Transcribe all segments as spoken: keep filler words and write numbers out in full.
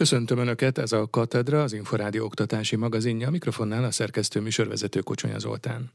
Köszöntöm Önöket, ez a Katedra, az Inforádió oktatási magazinja, a mikrofonnál a szerkesztő műsorvezető Kocsonya Zoltán.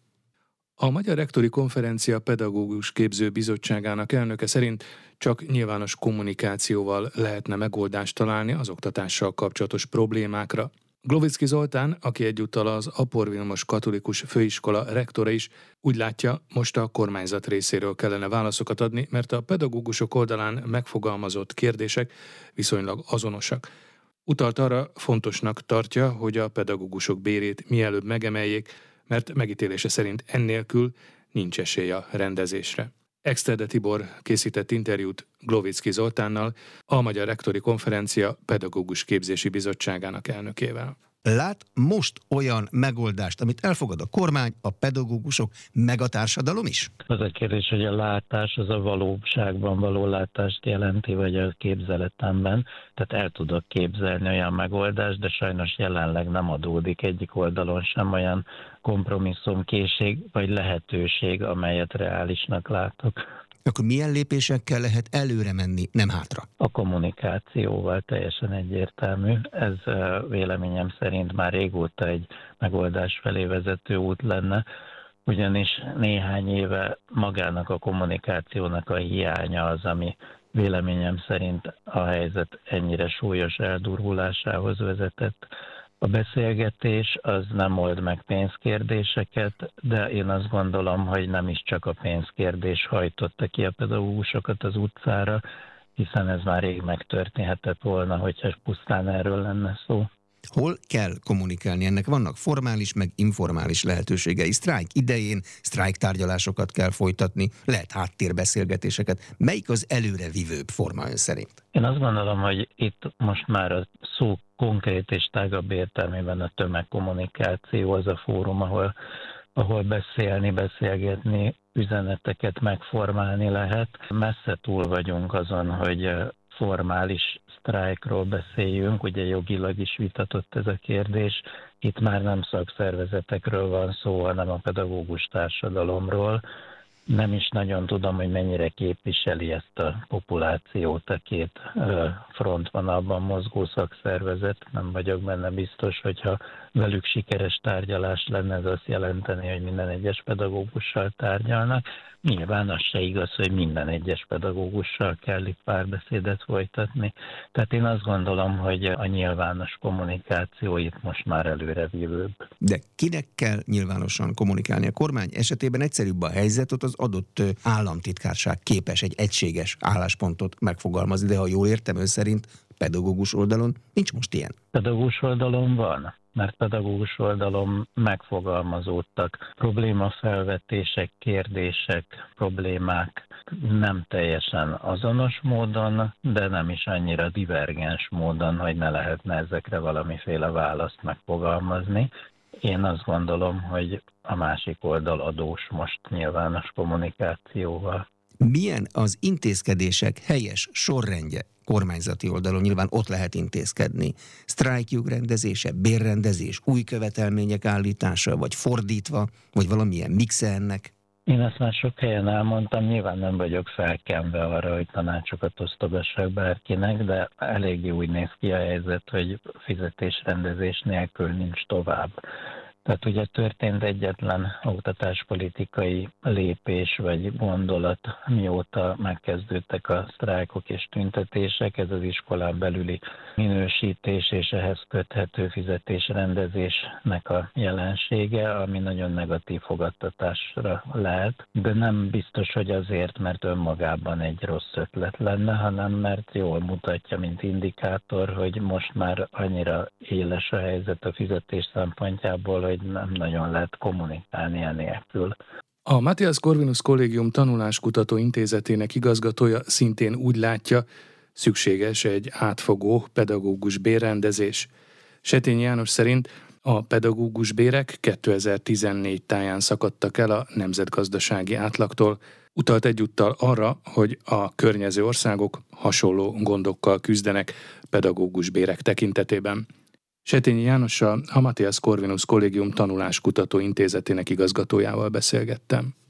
A Magyar Rektori Konferencia Pedagógus Képző Bizottságának elnöke szerint csak nyilvános kommunikációval lehetne megoldást találni az oktatással kapcsolatos problémákra. Glovicki Zoltán, aki egyúttal az Apor Vilmos Katolikus Főiskola rektora is, úgy látja, most a kormányzat részéről kellene válaszokat adni, mert a pedagógusok oldalán megfogalmazott kérdések viszonylag azonosak. Utalt arra, fontosnak tartja, hogy a pedagógusok bérét mielőbb megemeljék, mert megítélése szerint ennélkül nincs esély a rendezésre. Exterde Tibor készített interjút Glovicki Zoltánnal, a Magyar Rektori Konferencia Pedagógus Képzési Bizottságának elnökével. Lát most olyan megoldást, amit elfogad a kormány, a pedagógusok, meg a társadalom is? Az a kérdés, hogy a látás az a valóságban való látást jelenti, vagy a képzeletemben. Tehát el tudok képzelni olyan megoldást, de sajnos jelenleg nem adódik egyik oldalon sem olyan kompromisszumkészség, vagy lehetőség, amelyet reálisnak látok. Akkor milyen lépésekkel lehet előre menni, nem hátra? A kommunikációval teljesen egyértelmű. Ez véleményem szerint már régóta egy megoldás felé vezető út lenne, ugyanis néhány éve magának a kommunikációnak a hiánya az, ami véleményem szerint a helyzet ennyire súlyos eldurvulásához vezetett. A beszélgetés az nem old meg pénzkérdéseket, de én azt gondolom, hogy nem is csak a pénzkérdés hajtotta ki a pedagógusokat az utcára, hiszen ez már rég megtörténhetett volna, hogyha pusztán erről lenne szó. Hol kell kommunikálni? Ennek vannak formális, meg informális lehetőségei. Sztrájk idején sztrájktárgyalásokat kell folytatni, lehet háttérbeszélgetéseket. Melyik az előrevívőbb forma ön szerint? Én azt gondolom, hogy itt most már a szó konkrét és tágabb értelmében a tömegkommunikáció az a fórum, ahol, ahol beszélni, beszélgetni, üzeneteket megformálni lehet. Messze túl vagyunk azon, hogy formális sztrájkról beszéljünk, ugye jogilag is vitatott ez a kérdés. Itt már nem szakszervezetekről van szó, hanem a pedagógus társadalomról. Nem is nagyon tudom, hogy mennyire képviseli ezt a populációt a két frontvonalban mozgó szakszervezet. Nem vagyok benne biztos, hogyha velük sikeres tárgyalás lenne, ez azt jelenteni, hogy minden egyes pedagógussal tárgyalnak. Nyilván az se igaz, hogy minden egyes pedagógussal kell itt párbeszédet folytatni. Tehát én azt gondolom, hogy a nyilvános kommunikáció itt most már előrevívőbb. De kinek kell nyilvánosan kommunikálni? A kormány esetében egyszerűbb a helyzet, ott az adott államtitkárság képes egy egységes álláspontot megfogalmazni, de ha jól értem, ön szerint pedagógus oldalon nincs most ilyen. Pedagógus oldalon van, mert pedagógus oldalon megfogalmazódtak problémafelvetések, kérdések, problémák nem teljesen azonos módon, de nem is annyira divergens módon, hogy ne lehetne ezekre valamiféle választ megfogalmazni. Én azt gondolom, hogy a másik oldal adós most nyilvános kommunikációval. Milyen az intézkedések helyes sorrendje kormányzati oldalon? Nyilván ott lehet intézkedni. Sztrájkjog rendezése, bérrendezés, új követelmények állítása, vagy fordítva, vagy valamilyen mixe ennek? Én ezt már sok helyen elmondtam, nyilván nem vagyok felkenve arra, hogy tanácsokat osztogassak bárkinek, de eléggé úgy néz ki a helyzet, hogy fizetésrendezés nélkül nincs tovább. Tehát ugye történt egyetlen oktatáspolitikai lépés vagy gondolat, mióta megkezdődtek a sztrájkok és tüntetések, ez az iskolán belüli minősítés és ehhez köthető fizetésrendezésnek a jelensége, ami nagyon negatív fogadtatásra lehet, de nem biztos, hogy azért, mert önmagában egy rossz ötlet lenne, hanem mert jól mutatja, mint indikátor, hogy most már annyira éles a helyzet a fizetés szempontjából, hogy nem nagyon lehet kommunikálni enélkül. A Matthias Corvinus Kollégium Tanuláskutató Intézetének igazgatója szintén úgy látja, szükséges egy átfogó pedagógus bérrendezés. Setényi János szerint a pedagógus bérek kétezer-tizennégy táján szakadtak el a nemzetgazdasági átlagtól, utalt egyúttal arra, hogy a környező országok hasonló gondokkal küzdenek pedagógus bérek tekintetében. Setényi Jánossal, a Matthias Corvinus Kollégium Tanuláskutató Intézetének igazgatójával beszélgettem.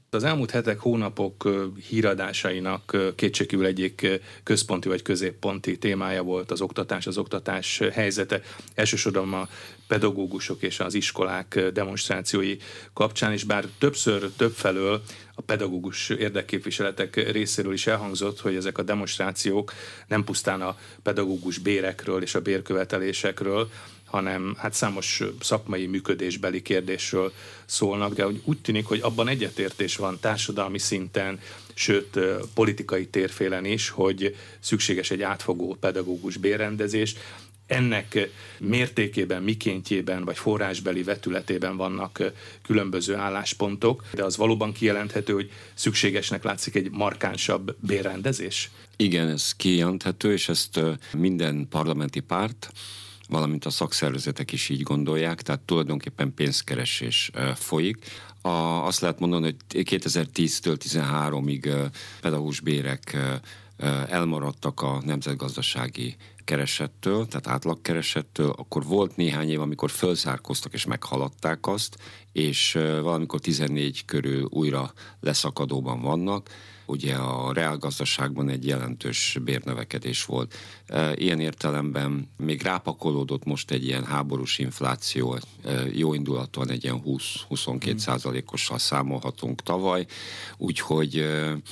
Az elmúlt hetek, hónapok híradásainak kétségkívül egyik központi vagy középponti témája volt az oktatás, az oktatás helyzete. Elsősorban a pedagógusok és az iskolák demonstrációi kapcsán, és bár többször, többfelől a pedagógus érdekképviseletek részéről is elhangzott, hogy ezek a demonstrációk nem pusztán a pedagógus bérekről és a bérkövetelésekről, hanem hát számos szakmai működésbeli kérdésről szólnak, de úgy tűnik, hogy abban egyetértés van társadalmi szinten, sőt politikai térfélen is, hogy szükséges egy átfogó pedagógus bérrendezés. Ennek mértékében, mikéntjében vagy forrásbeli vetületében vannak különböző álláspontok, de az valóban kijelenthető, hogy szükségesnek látszik egy markánsabb bérrendezés? Igen, ez kijelenthető, és ezt minden parlamenti párt, valamint a szakszervezetek is így gondolják, tehát tulajdonképpen pénzkeresés folyik. A, azt lehet mondani, hogy kétezer-tíztől tizenháromig pedagógus bérek elmaradtak a nemzetgazdasági keresettől, tehát átlagkeresettől, akkor volt néhány év, amikor fölzárkóztak és meghaladták azt, és valamikor tizennégy körül újra leszakadóban vannak. Ugye a reálgazdaságban egy jelentős bérnövekedés volt. Ilyen értelemben még rápakolódott most egy ilyen háborús infláció, jó indulatúan egy ilyen húsz-huszonkettő százalékossal számolhatunk tavaly, úgyhogy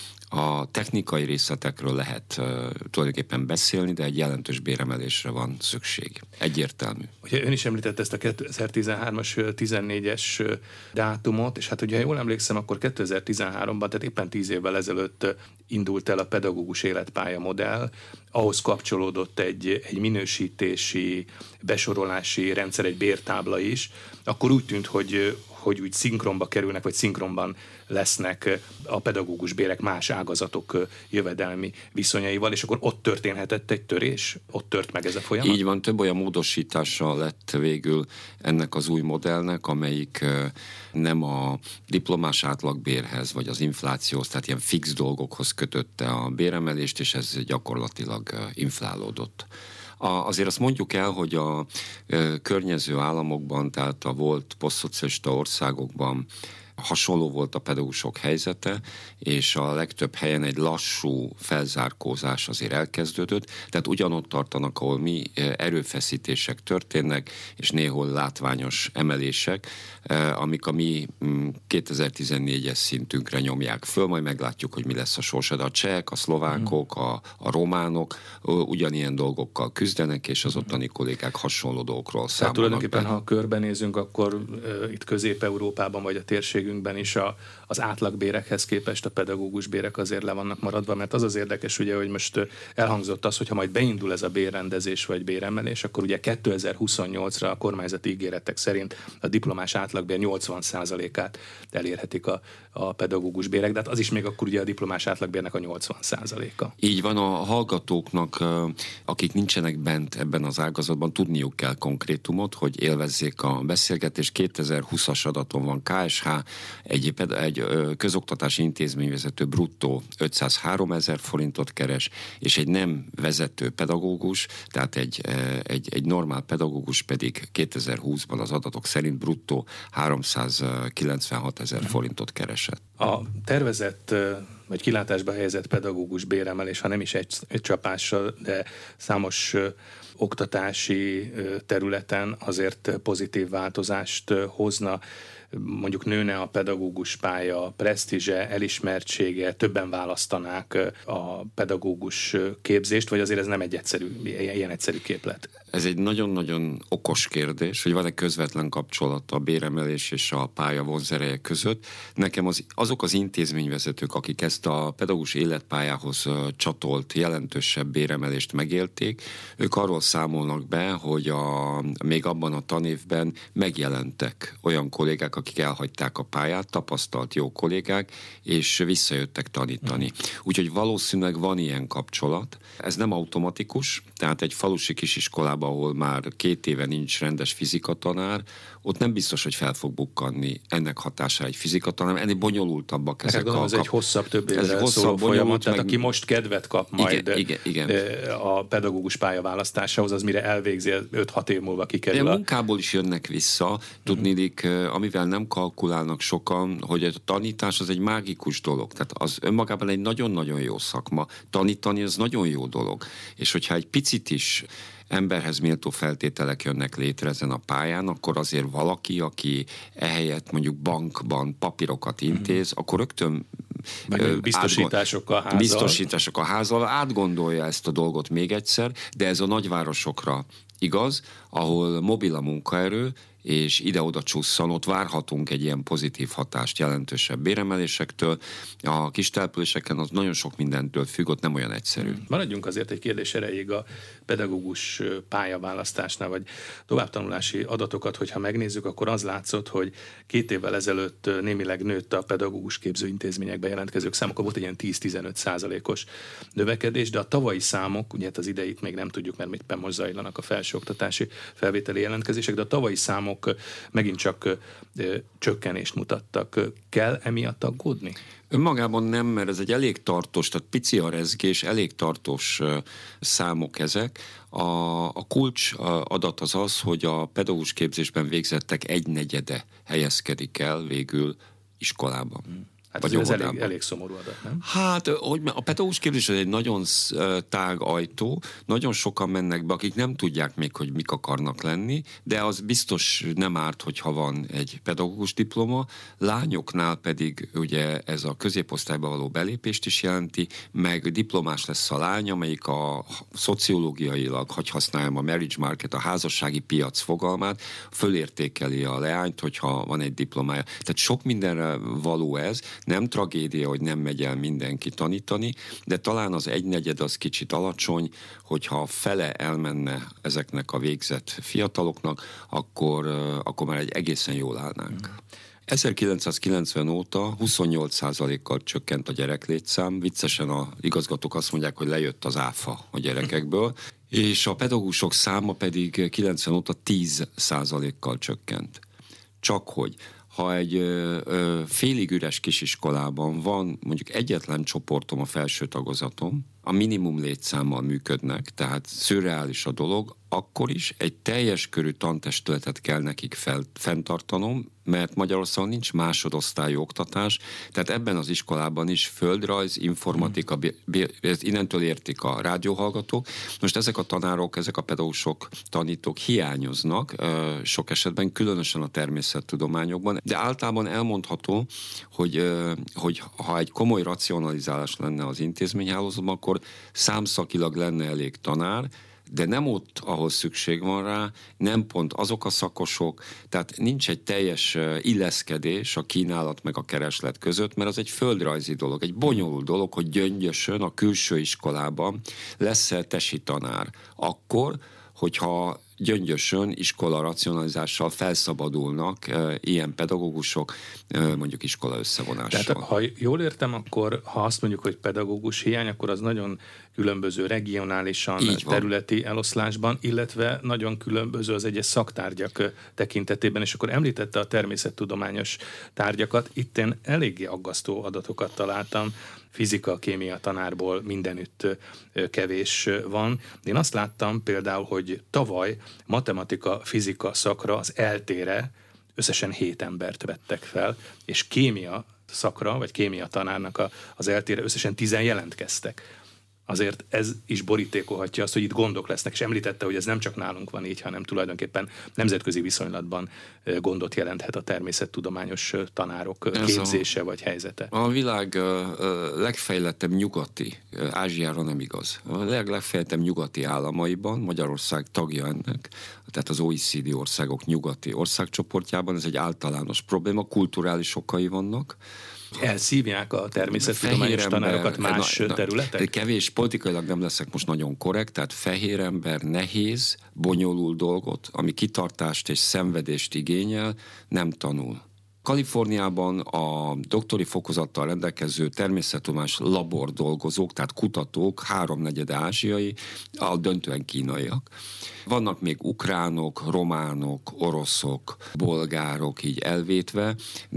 a technikai részletekről lehet uh, tulajdonképpen beszélni, de egy jelentős béremelésre van szükség. Egyértelmű. Ugye ön is említett ezt a kétezer-tizenhármas, tizennégyes dátumot, és hát ugye jól emlékszem, akkor kétezer-tizenháromban, tehát éppen tíz évvel ezelőtt indult el a pedagógus életpálya modell, ahhoz kapcsolódott egy, egy minősítési, besorolási rendszer, egy bértábla is, akkor úgy tűnt, hogy hogy úgy szinkronba kerülnek, vagy szinkronban lesznek a pedagógus bérek más ágazatok jövedelmi viszonyaival, és akkor ott történhetett egy törés? Ott tört meg ez a folyamat? Így van, több olyan módosítása lett végül ennek az új modellnek, amelyik nem a diplomás átlagbérhez, vagy az inflációhoz, tehát ilyen fix dolgokhoz kötötte a béremelést, és ez gyakorlatilag inflálódott. A, azért azt mondjuk el, hogy a e, környező államokban, tehát a volt posztszocialista országokban hasonló volt a pedagógusok helyzete, és a legtöbb helyen egy lassú felzárkózás azért elkezdődött, tehát ugyanott tartanak, ahol mi erőfeszítések történnek, és néhol látványos emelések, amik a mi kétezer-tizennégyes szintünkre nyomják föl, majd meglátjuk, hogy mi lesz a sorsa, de a csehek, a szlovákok, a, a románok ugyanilyen dolgokkal küzdenek, és az ottani kollégák hasonló dolgokról számolnak. Tehát tulajdonképpen, be. Ha körbenézünk, akkor uh, itt Közép-Európában, vagy a térségünkben is a, az átlagbérekhez képest a pedagógus bérek azért le vannak maradva, mert az az érdekes, ugye, hogy most elhangzott az, hogy ha majd beindul ez a bérrendezés vagy béremelés, akkor ugye kétezer-huszonnyolcra a kormányzati ígéretek szerint a diplomás átlagbér nyolcvan százalékát elérhetik a, a pedagógus bérek, de hát az is még akkor ugye a diplomás átlagbérnek a nyolcvan százaléka. Így van, a hallgatóknak, akik nincsenek bent ebben az ágazatban, tudniuk kell konkrétumot, hogy élvezzék a beszélgetést. kétezer-húszas adaton van ká es há, egy, egy közoktatási intézményvezető bruttó ötszázháromezer forintot keres, és egy nem vezető pedagógus, tehát egy, egy, egy normál pedagógus pedig kétezer-húszban az adatok szerint bruttó háromszázkilencvenhatezer forintot keresett. A tervezett vagy kilátásba helyezett pedagógus béremelés, ha nem is egy, egy csapással, de számos ö, oktatási ö, területen azért pozitív változást ö, hozna. Mondjuk nőne a pedagógus pálya presztízse, elismertsége, többen választanák a pedagógus képzést, vagy azért ez nem egy egyszerű, ilyen egyszerű képlet? Ez egy nagyon-nagyon okos kérdés, hogy van-e közvetlen kapcsolat a béremelés és a pálya vonzereje között. Nekem az, azok az intézményvezetők, akik ezt a pedagógus életpályához csatolt jelentősebb béremelést megélték, ők arról számolnak be, hogy a, még abban a tanévben megjelentek olyan kollégák, akik elhagyták a pályát, tapasztalt jó kollégák, és visszajöttek tanítani. Úgyhogy valószínűleg van ilyen kapcsolat. Ez nem automatikus, tehát egy falusi kisiskolában iskolában, ahol már két éve nincs rendes fizikatanár, ott nem biztos, hogy fel fog bukkanni ennek hatására egy fizikatanár, ennél bonyolultabbak ezek gondolom, a... Ez egy hosszabb, több évre hosszabb, szóló folyamat, tehát meg... aki most kedvet kap majd igen, igen, igen. a pedagógus pályaválasztásához, az mire elvégzi, öt-hat év múlva kikerül. De a munkából is jönnek vissza, tudniillik, amivel nem kalkulálnak sokan, hogy a tanítás az egy mágikus dolog, tehát az önmagában egy nagyon-nagyon jó szakma. Tanítani az nagyon jó dolog, és hogyha egy picit is emberhez méltó feltételek jönnek létre ezen a pályán, akkor azért valaki, aki ehelyett mondjuk bankban papírokat intéz, mm. akkor rögtön Meg biztosításokkal házal. Biztosításokkal házal átgondolja ezt a dolgot még egyszer, de ez a nagyvárosokra igaz, ahol mobil a munkaerő, és ide-oda csusszan, ott várhatunk egy ilyen pozitív hatást jelentősebb béremelésektől. A kis településeken az nagyon sok mindentől függ, ott nem olyan egyszerű. Maradjunk azért egy kérdés erejéig a pedagógus pályaválasztásnál, vagy továbbtanulási adatokat, hogyha megnézzük, akkor az látszott, hogy két évvel ezelőtt némileg nőtt a pedagógus képzőintézményekbe jelentkezők száma, akkor volt egy ilyen tíz-tizenöt százalékos növekedés, de a tavalyi számok, ugye hát az ideit még nem tudjuk, mert éppen most zajlanak a felsőoktatási felvételi jelentkezések, de a tavalyi számok megint csak ö, csökkenést mutattak. Kell emiatt aggódni? Önmagában nem, mert ez egy elég tartós, tehát pici a rezgés, elég tartós uh, számok ezek. A, a kulcs adat az az, hogy a pedagógus képzésben végzettek egynegyede helyezkedik el végül iskolában. Hmm. Hát ez elég, elég szomorú adat, nem? Hát, hogy a pedagógus képzés egy nagyon tág ajtó, nagyon sokan mennek be, akik nem tudják még, hogy mik akarnak lenni, de az biztos nem árt, hogyha van egy pedagógus diploma. Lányoknál pedig ugye ez a középosztályba való belépést is jelenti, meg diplomás lesz a lány, amelyik a szociológiailag, hogy használjam a marriage market, a házassági piac fogalmát, fölértékeli a leányt, hogyha van egy diplomája. Tehát sok mindenre való ez. Nem tragédia, hogy nem megy el mindenki tanítani, de talán az egynegyed az kicsit alacsony, hogyha fele elmenne ezeknek a végzett fiataloknak, akkor, akkor már egy egészen jól állnánk. ezerkilencszázkilencven óta huszonnyolc százalékkal csökkent a gyereklétszám, viccesen a igazgatók azt mondják, hogy lejött az áfa a gyerekekből, és a pedagógusok száma pedig kilencven óta tíz százalékkal csökkent. Csak hogy ha egy ö, ö, félig üres kisiskolában van mondjuk egyetlen csoportom a felső tagozatom, a minimum létszámmal működnek, tehát szürreális a dolog, akkor is egy teljes körű tantestületet kell nekik fel, fenntartanom, mert Magyarországon nincs másodosztályú oktatás, tehát ebben az iskolában is földrajz, informatika, b- b- innentől értik a rádióhallgatók. Most ezek a tanárok, ezek a pedagógusok, tanítók hiányoznak, sok esetben, különösen a természettudományokban, de általában elmondható, hogy, hogy ha egy komoly racionalizálás lenne az intézményhálózatban, akkor számszakilag lenne elég tanár, de nem ott, ahol szükség van rá, nem pont azok a szakosok, tehát nincs egy teljes illeszkedés a kínálat meg a kereslet között, mert az egy földrajzi dolog, egy bonyolult dolog, hogy Gyöngyösön a külső iskolában lesz-e tesi tanár. Akkor, hogyha Gyöngyösön iskola racionalizással felszabadulnak e, ilyen pedagógusok, e, mondjuk iskola összevonással. Tehát ha jól értem, akkor ha azt mondjuk, hogy pedagógus hiány, akkor az nagyon különböző regionálisan, területi eloszlásban, illetve nagyon különböző az egyes szaktárgyak tekintetében, és akkor említette a természettudományos tárgyakat. Itt én eléggé aggasztó adatokat találtam, fizika, kémia tanárból mindenütt kevés van. Én azt láttam például, hogy tavaly matematika, fizika szakra az eltére összesen hét embert vettek fel, és kémia szakra, vagy kémia tanárnak a, az eltére összesen tizen jelentkeztek. Azért ez is borítékolhatja azt, hogy itt gondok lesznek, és említette, hogy ez nem csak nálunk van így, hanem tulajdonképpen nemzetközi viszonylatban gondot jelenthet a természettudományos tanárok ez képzése a, vagy helyzete. A világ legfejlettebb nyugati, Ázsiára nem igaz, a legfejlettebb nyugati államaiban, Magyarország tagja ennek, tehát az o e cé dé országok nyugati országcsoportjában, ez egy általános probléma, kulturális okai vannak. Elszívják a természettudományos tanárokat más na, területek? Na, kevés, politikailag nem leszek most nagyon korrekt, tehát fehér ember nehéz, bonyolult dolgot, ami kitartást és szenvedést igényel, nem tanul. Kaliforniában a doktori fokozattal rendelkező természettudományos labor dolgozók, tehát kutatók, háromnegyede ázsiai, a döntően kínaiak. Vannak még ukránok, románok, oroszok, bolgárok így elvétve,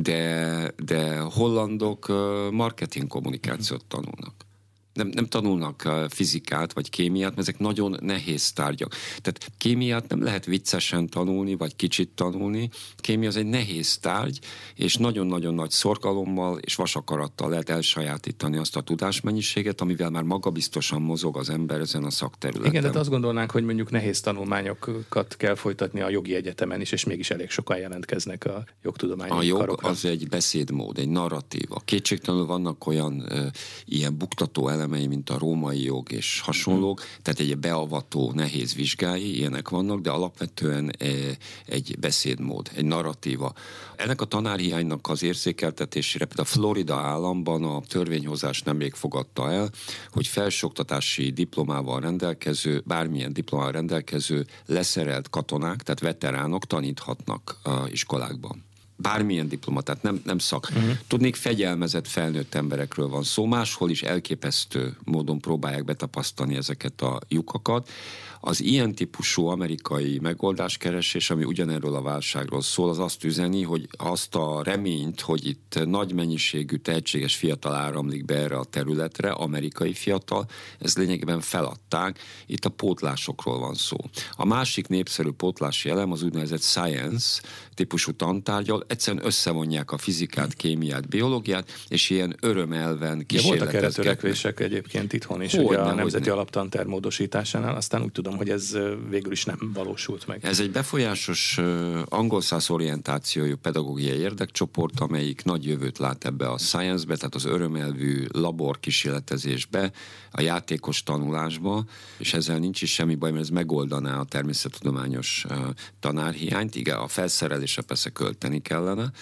de, de hollandok marketing kommunikációt tanulnak. Nem, nem tanulnak fizikát vagy kémiát, mert ezek nagyon nehéz tárgyak. Tehát kémiát nem lehet viccesen tanulni, vagy kicsit tanulni. Kémia az egy nehéz tárgy, és nagyon-nagyon nagy szorgalommal és vasakarattal lehet elsajátítani azt a tudásmennyiséget, amivel már magabiztosan mozog az ember ezen a szakterületen. Igen, de azt gondolnánk, hogy mondjuk nehéz tanulmányokat kell folytatni a jogi egyetemen is, és mégis elég sokan jelentkeznek a jogtudományi A jog karokra. Az egy beszédmód, egy narratíva. Kétségtelenül vannak olyan e, ilyen buktató elemei, mint a római jog és hasonlók, tehát egy beavató, nehéz vizsgái, ilyenek vannak, de alapvetően egy beszédmód, egy narratíva. Ennek a tanárhiánynak az érzékeltetésére például a Florida államban a törvényhozás nemrég fogadta el, hogy felsőoktatási diplomával rendelkező, bármilyen diplomával rendelkező leszerelt katonák, tehát veteránok taníthatnak a iskolákban. Bármilyen diploma, tehát nem, nem szak. Uh-huh. Tudnék, fegyelmezett felnőtt emberekről van szó, máshol is elképesztő módon próbálják betapasztani ezeket a lyukakat. Az ilyen típusú amerikai megoldáskeresés, ami ugyanerről a válságról szól, az azt üzeni, hogy azt a reményt, hogy itt nagy mennyiségű tehetséges fiatal áramlik be erre a területre, amerikai fiatal, ez lényegében feladták, itt a pótlásokról van szó. A másik népszerű pótlási elem az úgynevezett science típusú tantárgyal, egyszerűen összevonják a fizikát, kémiát, biológiát, és ilyen örömelven kísérletezgetnek. Voltak erre törekvések egyébként itthon is, ugye a Nemzeti Alaptanterv módosításánál, aztán úgy tudom, hogy ez végül is nem valósult meg. Ez egy befolyásos angolszász orientációjú pedagógiai érdekcsoport, amelyik nagy jövőt lát ebbe a science-be, tehát az örömelvű labor kísérletezésbe, a játékos tanulásba, és ezzel nincs is semmi baj, mert ez megoldaná a természettudományos tanárhiányt. Igen, a felszerelésre persze költeni kellene,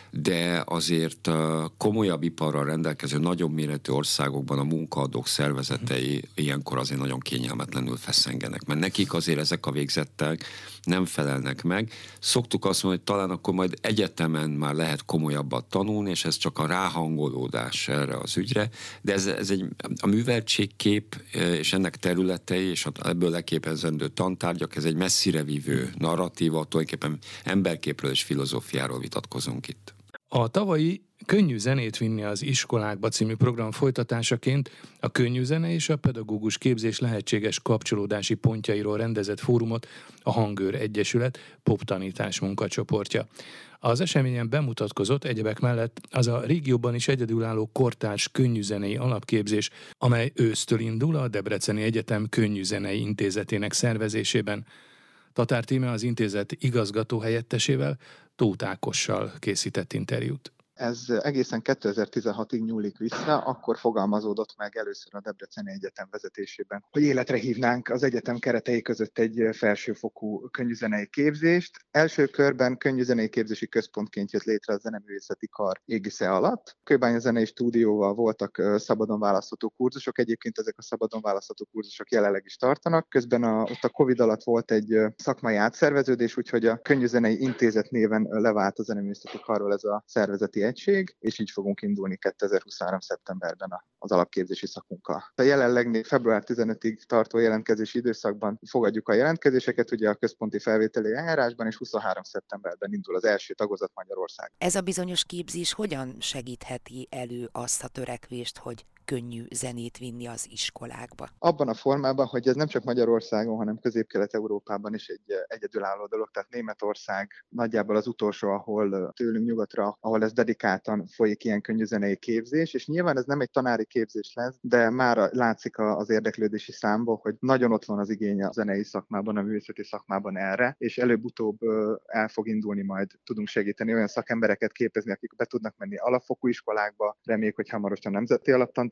de azért komolyabb iparral rendelkező nagyobb méretű országokban a munkaadók szervezetei ilyenkor azért nagyon kényelmetlenül feszengenek, mert nekik azért ezek a végzettek nem felelnek meg. Szoktuk azt mondani, hogy talán akkor majd egyetemen már lehet komolyabbat tanulni, és ez csak a ráhangolódás erre az ügyre, de ez, ez egy, a műveltségkép és ennek területei, és ebből leképezendő tantárgyak, ez egy messzire vívő narratíva, tulajdonképpen emberképről és filozófiáról vitatkozunk itt. A tavalyi Könnyű zenét vinni az iskolákba című program folytatásaként a könnyű zene és a pedagógus képzés lehetséges kapcsolódási pontjairól rendezett fórumot a Hangőr Egyesület poptanítás munkacsoportja. Az eseményen bemutatkozott egyebek mellett az a régióban is egyedülálló kortárs könnyűzenei alapképzés, amely ősztől indul a Debreceni Egyetem Könnyűzenei Intézetének szervezésében. Tatár Tíme az intézet igazgató helyettesével, Tóth Ákossal készített interjút. Ez egészen kétezer-tizenhatig nyúlik vissza, akkor fogalmazódott meg először a Debreceni Egyetem vezetésében, hogy életre hívnánk az egyetem keretei között egy felsőfokú könnyűzenei képzést. Első körben könnyűzenei képzési központként jött létre a Zeneművészeti Kar égisze alatt. Kőbánya zenei stúdióval voltak szabadon választható kurzusok, egyébként ezek a szabadon választható kurzusok jelenleg is tartanak. Közben a, ott a Covid alatt volt egy szakmai átszerveződés, úgyhogy a Könnyűzenei Intézet néven levált a Zeneművészeti Karról ez a szervezeti egység, és így fogunk indulni kétezer-huszonhárom szeptemberben az alapképzési szakunkkal. A jelenleg február tizenötödikéig tartó jelentkezési időszakban fogadjuk a jelentkezéseket, ugye a központi felvételi eljárásban, és huszonhárom szeptemberben indul az első tagozat Magyarország. Ez a bizonyos képzés hogyan segítheti elő azt a törekvést, hogy könnyű zenét vinni az iskolákba? Abban a formában, hogy ez nem csak Magyarországon, hanem Közép-Kelet-Európában is egy egyedülálló dolog, tehát Németország nagyjából az utolsó, ahol tőlünk nyugatra, ahol ez dedikáltan folyik ilyen könnyűzenei képzés, és nyilván ez nem egy tanári képzés lesz, de már látszik az érdeklődési számból, hogy nagyon ott van az igény a zenei szakmában, a művészeti szakmában erre, és előbb-utóbb el fog indulni, majd tudunk segíteni olyan szakembereket képezni, akik be tudnak menni alapfokú iskolákba, reméljük, hogy hamarosan nemzeti alaptanterv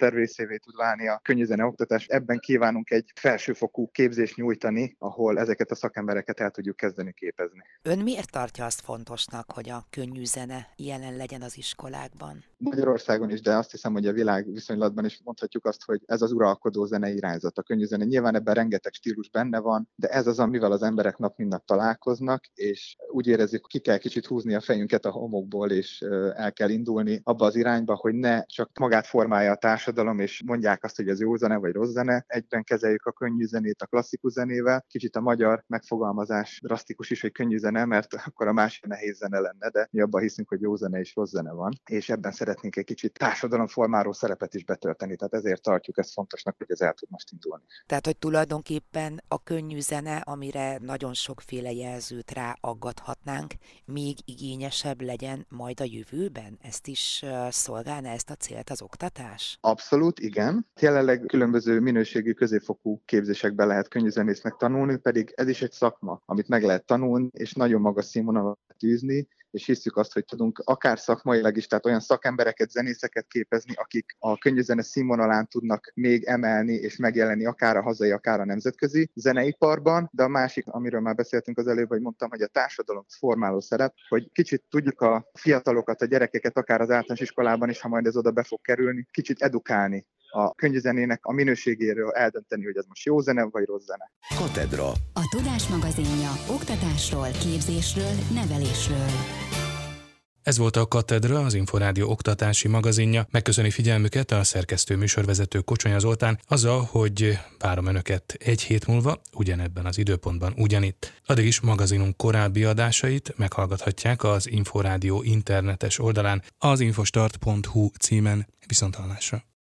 tanterv részévé tud válni a könnyű zene oktatás. Ebben kívánunk egy felsőfokú képzést nyújtani, ahol ezeket a szakembereket el tudjuk kezdeni képezni. Ön miért tartja azt fontosnak, hogy a könnyű zene jelen legyen az iskolákban? Magyarországon is, de azt hiszem, hogy a világ viszonylatban is mondhatjuk azt, hogy ez az uralkodó zenei irányzat, a könnyű zene. Nyilván ebben rengeteg stílus benne van, de ez az, amivel az emberek nap mint nap találkoznak, és úgy érezzük, ki kell kicsit húzni a fejünket a homokból, és el kell indulni abba az irányba, hogy ne csak magát formálja a társadalom, és mondják azt, hogy ez jó zene vagy rossz zene. Egyben kezeljük a könnyű zenét a klasszikus zenével. Kicsit a magyar megfogalmazás drasztikus is, hogy könnyű zene, mert akkor a másik nehéz zene lenne, de mi abban hiszünk, hogy jó zene és rossz zene van, és ebben szeretnénk egy kicsit társadalomformáló szerepet is betölteni, tehát ezért tartjuk ezt fontosnak, hogy ez el tud most indulni. Tehát, hogy tulajdonképpen a könnyű zene, amire nagyon sokféle jelzőt ráaggathatnánk, még igényesebb legyen majd a jövőben? Ezt is szolgálná, ezt a célt az oktatás? Abszolút, igen. Jelenleg különböző minőségű középfokú képzésekben lehet könnyűzenésznek tanulni, pedig ez is egy szakma, amit meg lehet tanulni, és nagyon magas színvonalat tűzni, és hiszük azt, hogy tudunk akár szakmailag is, tehát olyan szakembereket, zenészeket képezni, akik a könnyűzene színvonalán tudnak még emelni és megjelenni akár a hazai, akár a nemzetközi zeneiparban, de a másik, amiről már beszéltünk az előbb, hogy mondtam, hogy a társadalom formáló szerep, hogy kicsit tudjuk a fiatalokat, a gyerekeket, akár az általános iskolában is, ha majd ez oda be fog kerülni, kicsit edukálni a könnyűzenének a minőségéről, eldönteni, hogy ez most jó zene vagy rossz zene. Katedra. A Tudás magazinja oktatásról, képzésről, nevelésről. Ez volt a Katedra, az Inforádió oktatási magazinja. Megköszöni figyelmüket a szerkesztő műsorvezető Kocsonya Zoltán azzal, hogy várom Önöket egy hét múlva, ugyanebben az időpontban ugyanitt. Addig is magazinunk korábbi adásait meghallgathatják az Inforádió internetes oldalán, az infostart pont hu címen. Viszonthallásra.